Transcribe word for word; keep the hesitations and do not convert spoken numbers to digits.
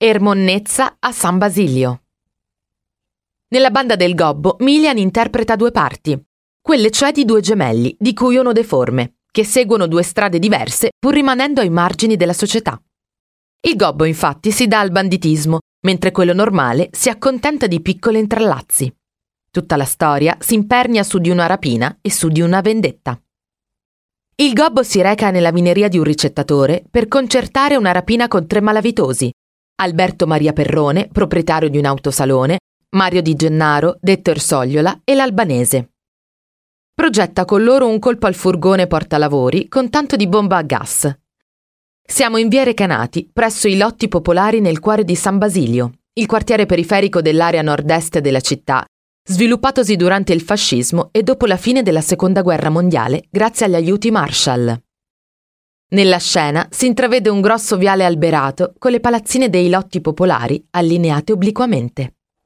Ermonnezza a San Basilio. Nella banda del Gobbo, Milian interpreta due parti, quelle cioè di due gemelli, di cui uno deforme, che seguono due strade diverse pur rimanendo ai margini della società. Il Gobbo infatti si dà al banditismo, mentre quello normale si accontenta di piccoli intrallazzi. Tutta la storia si impernia su di una rapina e su di una vendetta. Il Gobbo si reca nella mineria di un ricettatore per concertare una rapina con tre malavitosi: Alberto Maria Perrone, proprietario di un autosalone, Mario Di Gennaro, detto Ersogliola, e l'Albanese. Progetta con loro un colpo al furgone portalavori con tanto di bomba a gas. Siamo in via Recanati, presso i lotti popolari nel cuore di San Basilio, il quartiere periferico dell'area nord-est della città, sviluppatosi durante il fascismo e dopo la fine della Seconda Guerra Mondiale grazie agli aiuti Marshall. Nella scena si intravede un grosso viale alberato con le palazzine dei lotti popolari allineate obliquamente.